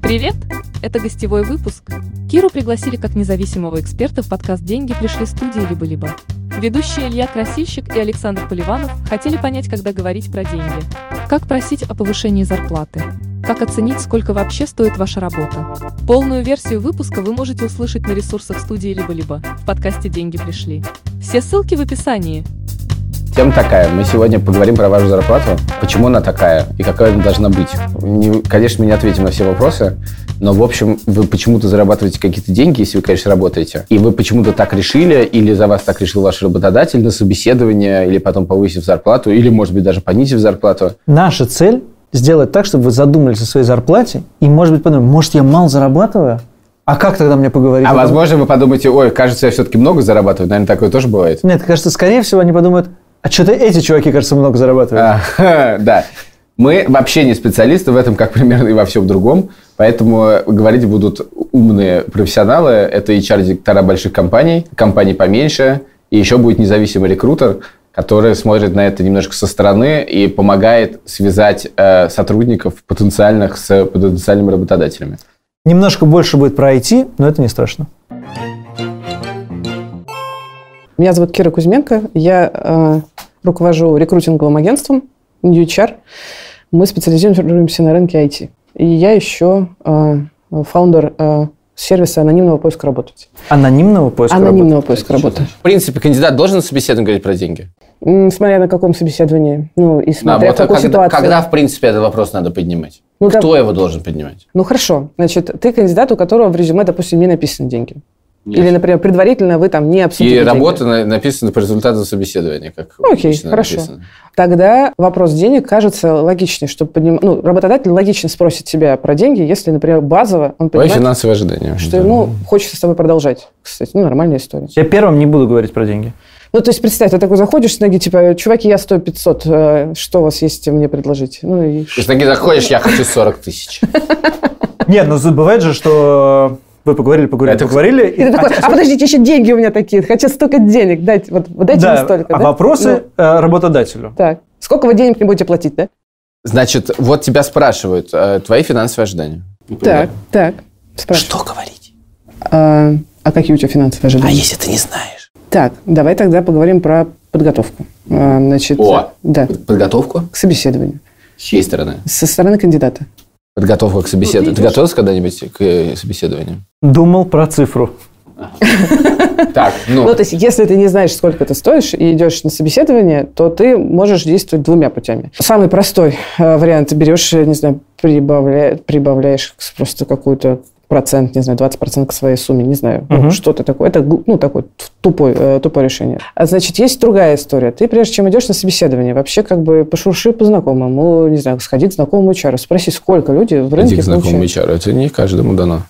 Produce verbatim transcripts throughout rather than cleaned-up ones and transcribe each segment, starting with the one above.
Привет! Это гостевой выпуск. Киру пригласили как независимого эксперта в подкаст «Деньги пришли» студии «Либо-либо». Ведущие Илья Красильщик и Александр Поливанов хотели понять, когда говорить про деньги. Как просить о повышении зарплаты? Как оценить, сколько вообще стоит ваша работа? Полную версию выпуска вы можете услышать на ресурсах студии «Либо-либо» в подкасте «Деньги пришли». Все ссылки в описании. Тема такая. Мы сегодня поговорим про вашу зарплату. Почему она такая и какая она должна быть. Не, конечно, мы не ответим на все вопросы, но, в общем, вы почему-то зарабатываете какие-то деньги, если вы, конечно, работаете. И вы почему-то так решили, или за вас так решил ваш работодатель на собеседование, или потом повысив зарплату, или, может быть, даже понизив зарплату. Наша цель – сделать так, чтобы вы задумались о своей зарплате и, может быть, подумали, может, я мало зарабатываю? А как тогда мне поговорить? А, возможно, вы подумаете, ой, кажется, я все-таки много зарабатываю. Наверное, такое тоже бывает. Нет, кажется, скорее всего, они подумают, а что-то эти чуваки, кажется, много зарабатывают. А, да. Мы вообще не специалисты в этом, как примерно и во всем другом. Поэтому говорить будут умные профессионалы. Это эйч ар-директора больших компаний, компаний поменьше. И еще будет независимый рекрутер, который смотрит на это немножко со стороны и помогает связать э, сотрудников потенциальных с потенциальными работодателями. Немножко больше будет про ай ти, но это не страшно. Меня зовут Кира Кузьменко, я э, руковожу рекрутинговым агентством New эйч ар. Мы специализируемся на рынке ай ти. И я еще э, фаундер э, сервиса анонимного поиска работы. Анонимного поиска Анонимного работы? поиска работы. В принципе, кандидат должен на собеседовании говорить про деньги? Смотря на каком собеседовании, ну и смотря да, в какой когда, ситуации. Когда, в принципе, этот вопрос надо поднимать? Ну, Кто да, его должен поднимать? Ну, хорошо. Значит, ты кандидат, у которого в резюме, допустим, не написаны деньги. Нет. Или, например, предварительно вы там не обсудили. И работа деньги. Написана по результату собеседования. Как Окей, хорошо. Написано. Тогда вопрос денег кажется логичнее, чтобы подним... ну, работодатель логично спросит тебя про деньги, если, например, базово он понимает, Твои финансовые ожидания. Что да. ему хочется с тобой продолжать. Кстати, ну, нормальная история. Я первым не буду говорить про деньги. Ну, то есть, представь, ты такой заходишь с ноги, типа, чуваки, я стою пятьсот, что у вас есть мне предложить? Ну, и... Ты с ноги заходишь, я хочу сорок тысяч. Нет, ну бывает же, что вы поговорили, поговорили, это... поговорили. И ты такой, а подождите, еще деньги у меня такие, хочу столько денег, дайте, вот, дайте да, мне столько. А да? вопросы ну, работодателю. Так, сколько вы денег мне будете платить, да? Значит, вот тебя спрашивают, твои финансовые ожидания. Так, так, спрашивают. Что говорить? А, а какие у тебя финансовые ожидания? А если ты не знаешь? Так, давай тогда поговорим про подготовку. Значит, О, да. подготовку? К собеседованию. С чьей стороны? Со стороны кандидата. Подготовка к собеседованию. Ну, ты готовился когда-нибудь к собеседованию? Думал про цифру. Так, ну. ну, то есть, если ты не знаешь, сколько ты стоишь, и идешь на собеседование, то ты можешь действовать двумя путями. Самый простой э, вариант. Ты берешь, не знаю, прибавля... прибавляешь просто какую-то процент, не знаю, двадцать процентов к своей сумме, не знаю, uh-huh. ну, что-то такое. Это, ну, такое тупое, э, тупое решение. А значит, есть другая история. Ты, прежде чем идешь на собеседование, вообще как бы пошурши по знакомому, не знаю, сходи к знакомому эйч ар, спроси, сколько люди в рынке Иди к знакомому эйч ар, это не каждому дано.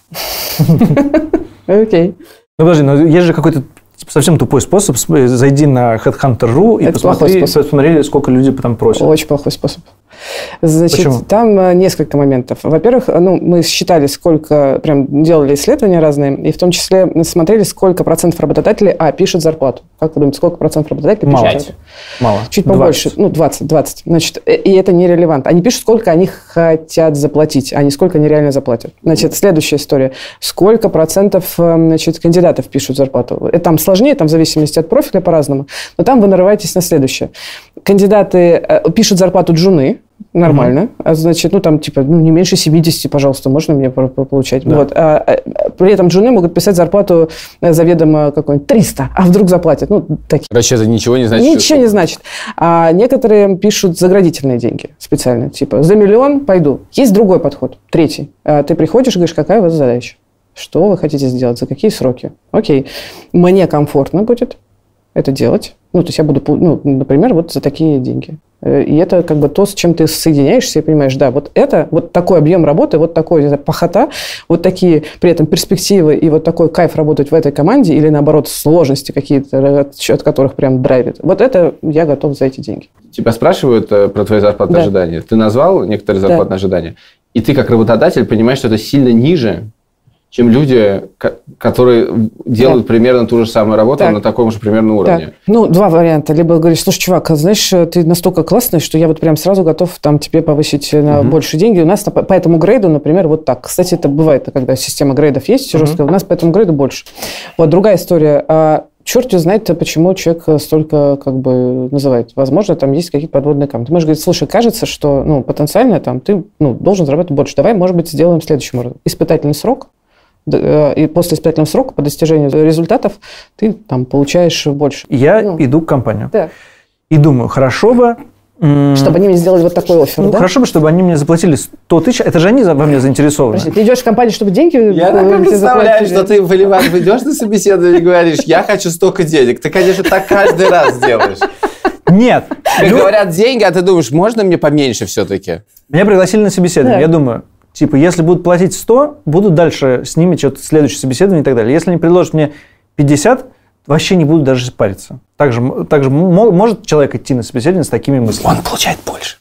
Окей. Ну, подожди, но есть же какой-то совсем тупой способ. Зайди на хедхантер точка ру и посмотри, посмотри, сколько люди там просят. Очень плохой способ. Значит, Почему? Там несколько моментов. Во-первых, ну, мы считали, сколько, прям делали исследования разные, и в том числе смотрели, сколько процентов работодателей, а, пишут зарплату. Как вы думаете, сколько процентов работодателей Мало. пишут зарплату? Мало. Чуть побольше, двадцать. ну, двадцать, двадцать. Значит, и это нерелевантно. Они пишут, сколько они хотят заплатить, а не сколько они реально заплатят. Значит, следующая история. Сколько процентов, значит, кандидатов пишут зарплату? Это там сложнее, там в зависимости от профиля по-разному, но там вы нарываетесь на следующее. Кандидаты пишут зарплату джуны, нормально. Uh-huh. А значит, ну, там, типа, ну, не меньше семьдесят, пожалуйста, можно мне получать. Да. Вот. А, а, при этом джуны могут писать зарплату заведомо какой-нибудь триста, а вдруг заплатят. Ну, такие. Короче, это ничего не значит. Ничего не значит. А некоторые пишут заградительные деньги специально. Типа, за миллион пойду. Есть другой подход, третий. А ты приходишь и говоришь, какая у вас задача? Что вы хотите сделать? За какие сроки? Окей. Мне комфортно будет это делать. Ну, то есть я буду, ну, например, вот за такие деньги. И это как бы то, с чем ты соединяешься и понимаешь, да, вот это, вот такой объем работы, вот такой это, пахота, вот такие при этом перспективы и вот такой кайф работать в этой команде или, наоборот, сложности какие-то, от которых прям драйвит. Вот это я готов за эти деньги. Тебя спрашивают про твои зарплатные да. ожидания. Ты назвал некоторые зарплатные да. ожидания, и ты как работодатель понимаешь, что это сильно ниже, чем люди, которые делают да. примерно ту же самую работу так. на таком же примерно уровне. Так. Ну, два варианта. Либо говоришь, слушай, чувак, знаешь, ты настолько классный, что я вот прям сразу готов там тебе повысить на угу. больше деньги. У нас по этому грейду, например, вот так. Кстати, это бывает, когда система грейдов есть жесткая, угу. у нас по этому грейду больше. Вот другая история. Черт знает, почему человек столько как бы называет. Возможно, там есть какие-то подводные камни. Ты можешь говорить, слушай, кажется, что ну, потенциально там, ты ну, должен зарабатывать больше. Давай, может быть, сделаем следующим образом. Испытательный срок. И после испытательного срока по достижению результатов ты там получаешь больше. Я ну. иду к компании. Да. И думаю, хорошо бы... Чтобы они мне сделали вот такой оффер, ну, да? Хорошо бы, чтобы они мне заплатили сто тысяч. Это же они во мне заинтересованы. Подожди, ты идешь в компанию, чтобы деньги... Я так представляю, что ты, Поливан, идешь на собеседование и говоришь, я хочу столько денег. Ты, конечно, так каждый раз делаешь. Нет. Как говорят деньги, а ты думаешь, можно мне поменьше все-таки? Меня пригласили на собеседование. Я думаю... Типа, если будут платить сто, буду дальше с ними что-то следующее собеседование и так далее. Если они предложат мне пятьдесят, вообще не буду даже париться. Также, также может человек идти на собеседование с такими мыслями? Он получает больше.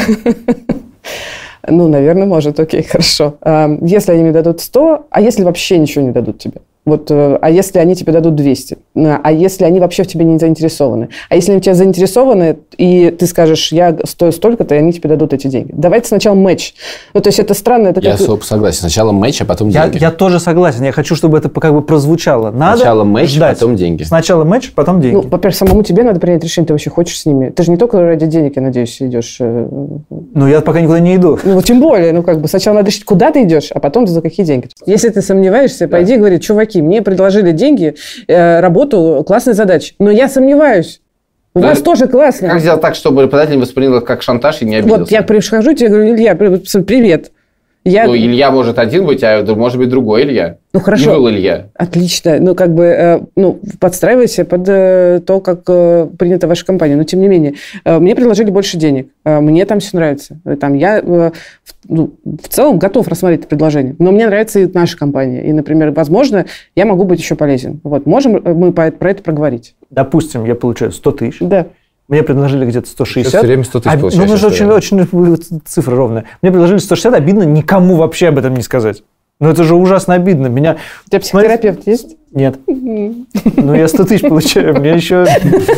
Ну, наверное, может. Окей, хорошо. Если они мне дадут сто, а если вообще ничего не дадут тебе? Вот, а если они тебе дадут двести? А если они вообще в тебе не заинтересованы? А если они в тебя заинтересованы, и ты скажешь, я стою столько-то, и они тебе дадут эти деньги? Давайте сначала матч. Ну, то есть это странно. Это я как... особо согласен. Сначала матч, а потом я, деньги. Я тоже согласен. Я хочу, чтобы это как бы прозвучало. Надо сначала матч, ждать. Потом деньги. Сначала матч, потом деньги. Ну, во-первых, самому тебе надо принять решение, ты вообще хочешь с ними. Ты же не только ради денег, я надеюсь, идешь. Ну, я пока никуда не иду. Ну, тем более. Ну, как бы сначала надо решить, куда ты идешь, а потом за какие деньги. Если ты сомневаешься, да. пойди и говори, чуваки, мне предложили деньги, э, работу, классная задача. Но я сомневаюсь. У да, вас тоже классно. Как сделать так, чтобы работодатель воспринял это как шантаж и не обиделся? Вот я прихожу, тебе говорю, Илья, привет. Я... Ну, Илья может один быть, а может быть другой Илья. Ну, хорошо. И был Илья. Отлично. Ну, как бы, э, ну, подстраивайся под э, то, как э, принята ваша компания. Но, тем не менее, э, мне предложили больше денег. Э, мне там все нравится. Там я э, в, ну, в целом готов рассмотреть это предложение. Но мне нравится и наша компания. И, например, возможно, я могу быть еще полезен. Вот. Можем мы про это проговорить? Допустим, я получаю сто тысяч. Да. Мне предложили где-то сто шестьдесят. Сейчас все время сто тысяч получаешь. Ну, это очень, очень цифра ровная. Мне предложили сто шестьдесят, обидно никому вообще об этом не сказать. Ну, это же ужасно обидно. Меня... У тебя психотерапевт Смотри... есть? Нет. Ну, я сто тысяч получаю, мне еще...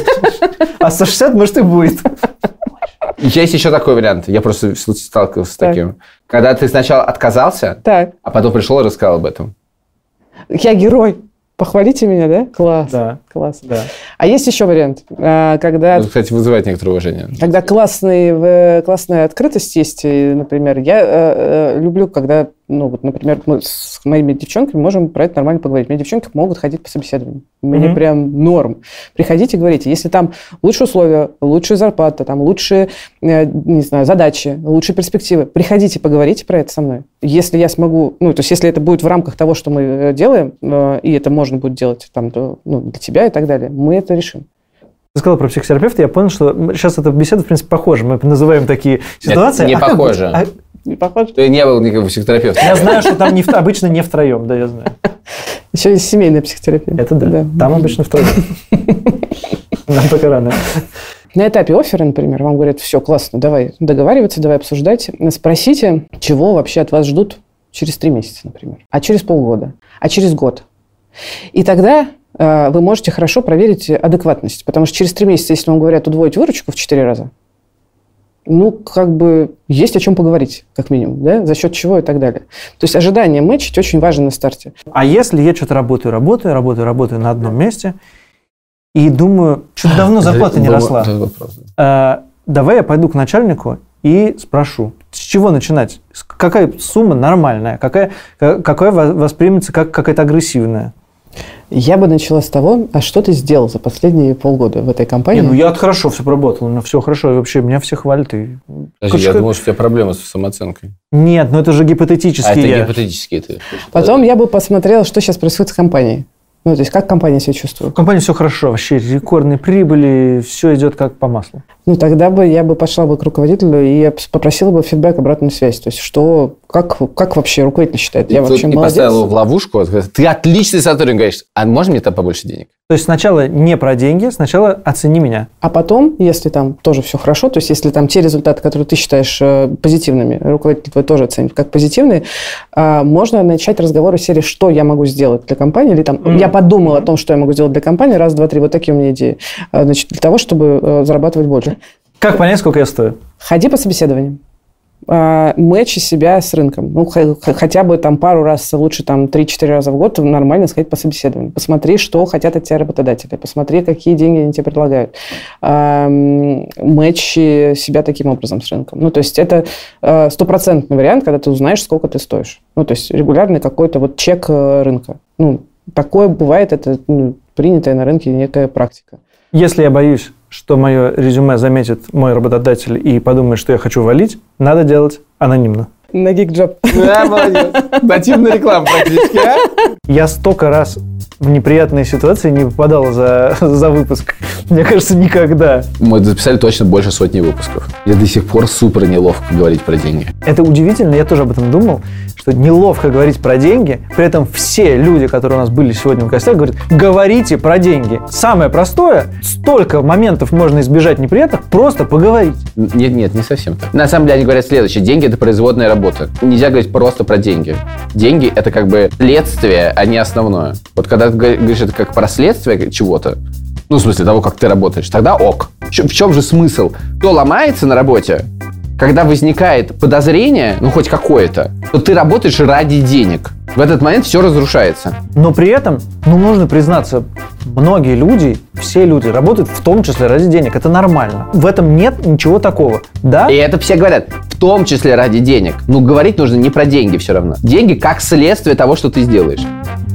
А сто шестьдесят, может, и будет. Есть еще такой вариант. Я просто в случае сталкивался с таким. Когда ты сначала отказался, а потом пришел и рассказал об этом. Я герой. Похвалите меня, да? Класс. Да. Класс. Да. А есть еще вариант, когда... Это, кстати, вызывает некоторое уважение. Когда классный, классная открытость есть, например, я э, люблю, когда, ну, вот, например, мы с моими девчонками можем про это нормально поговорить. Мои девчонки могут ходить по собеседованию. Мне mm-hmm. прям норм. Приходите, говорите. Если там лучшие условия, лучшая зарплата, там лучшие, э, не знаю, задачи, лучшие перспективы, приходите, поговорите про это со мной. Если я смогу, ну, то есть если это будет в рамках того, что мы делаем, э, и это можно будет делать там, то, ну, для тебя и так далее, мы это решим. Ты сказал про психотерапевта, я понял, что сейчас эта беседа, в принципе, похожа. Мы называем такие ситуации. Нет, не а похоже. А... Не похоже? Ты не был никакого психотерапевта. Я знаю, что там не в... обычно не втроем, да, я знаю. Еще есть семейная психотерапия. Это да. да. Там обычно втроем. Нам пока рано. На этапе оффера, например, вам говорят, все, классно, давай договариваться, давай обсуждать. Спросите, чего вообще от вас ждут через три месяца, например. А через полгода. А через год. И тогда э, вы можете хорошо проверить адекватность. Потому что через три месяца, если вам говорят удвоить выручку в четыре раза, ну, как бы есть о чем поговорить, как минимум, да, за счет чего и так далее. То есть ожидание мэчить очень важно на старте. А если я что-то работаю, работаю, работаю, работаю на одном месте и думаю, что-то давно зарплата не росла, а, давай я пойду к начальнику и спрошу, с чего начинать? Какая сумма нормальная? Какая, какая воспримется как какая-то агрессивная? Я бы начала с того, а что ты сделал за последние полгода в этой компании? Не, ну я хорошо все поработал, у меня все хорошо, и вообще меня все хвалят. И... Подожди, я думал, что у тебя проблемы с самооценкой. Нет, ну это же гипотетически. А это я. гипотетически ты. Потом я бы посмотрела, что сейчас происходит с компанией. Ну, то есть, как компания себя чувствует? В компании все хорошо, вообще рекордные прибыли, все идет как по маслу. Ну, тогда бы я бы пошла бы к руководителю и попросила бы фидбэк, обратную связь. То есть, что, как, как вообще руководитель считает? Я и вообще и молодец. И поставила в ловушку, ты отличный сотрудник, говоришь, а можно мне там побольше денег? То есть сначала не про деньги, сначала оцени меня. А потом, если там тоже все хорошо, то есть если там те результаты, которые ты считаешь э, позитивными, руководитель твой тоже оценит как позитивные, э, можно начать разговор из серии «Что я могу сделать для компании?» или там mm-hmm. «Я подумал о том, что я могу сделать для компании, раз, два, три, вот такие у меня идеи». Э, значит, для того, чтобы э, зарабатывать больше. Как понять, сколько я стою? Ходи по собеседованиям. Мэчи себя с рынком. Ну, хотя бы там пару раз, лучше там три-четыре раза в год нормально сходить по собеседованию. Посмотри, что хотят от тебя работодатели. Посмотри, какие деньги они тебе предлагают. Мэчи себя таким образом с рынком. Ну, то есть это стопроцентный вариант, когда ты узнаешь, сколько ты стоишь. Ну, то есть регулярный какой-то вот чек рынка. Ну, такое бывает, это ну, принятая на рынке некая практика. Если я боюсь, что мое резюме заметит мой работодатель и подумает, что я хочу валить, надо делать анонимно. На GeekJob. Да, молодец. Нативная реклама практически, а? Я столько раз в неприятные ситуации не попадал за, за выпуск. Мне кажется, никогда. Мы записали точно больше сотни выпусков. Мне до сих пор супер неловко говорить про деньги. Это удивительно, я тоже об этом думал, что неловко говорить про деньги, при этом все люди, которые у нас были сегодня в гостях, говорят, говорите про деньги. Самое простое, столько моментов можно избежать неприятных, просто поговорить. Нет, нет, не совсем так. На самом деле они говорят следующее. Деньги – это производная работа. Нельзя говорить просто про деньги. Деньги – это как бы следствие, а не основное. Вот когда ты говоришь это как про следствие чего-то, ну, в смысле того, как ты работаешь, тогда ок. В чем же смысл? Кто ломается на работе, когда возникает подозрение, ну, хоть какое-то, то ты работаешь ради денег. В этот момент все разрушается. Но при этом, ну, нужно признаться, многие люди, все люди работают в том числе ради денег. Это нормально. В этом нет ничего такого. Да? И это все говорят, в том числе ради денег. Ну, говорить нужно не про деньги все равно. Деньги как следствие того, что ты сделаешь.